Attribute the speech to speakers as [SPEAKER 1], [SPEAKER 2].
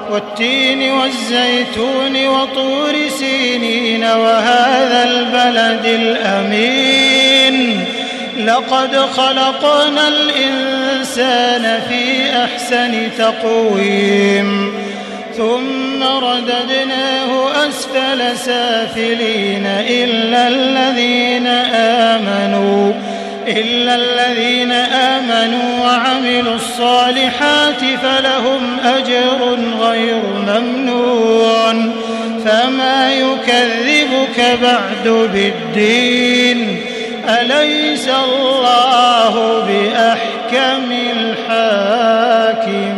[SPEAKER 1] والتين والزيتون وطور سينين وهذا البلد الأمين لقد خلقنا الإنسان في أحسن تقويم ثم رددناه أسفل سافلين إلا الذين آمنوا وعملوا الصالحات فلهم أجر غير ممنون فما يكذبك بعد بالدين أليس الله بأحكم الحاكمين.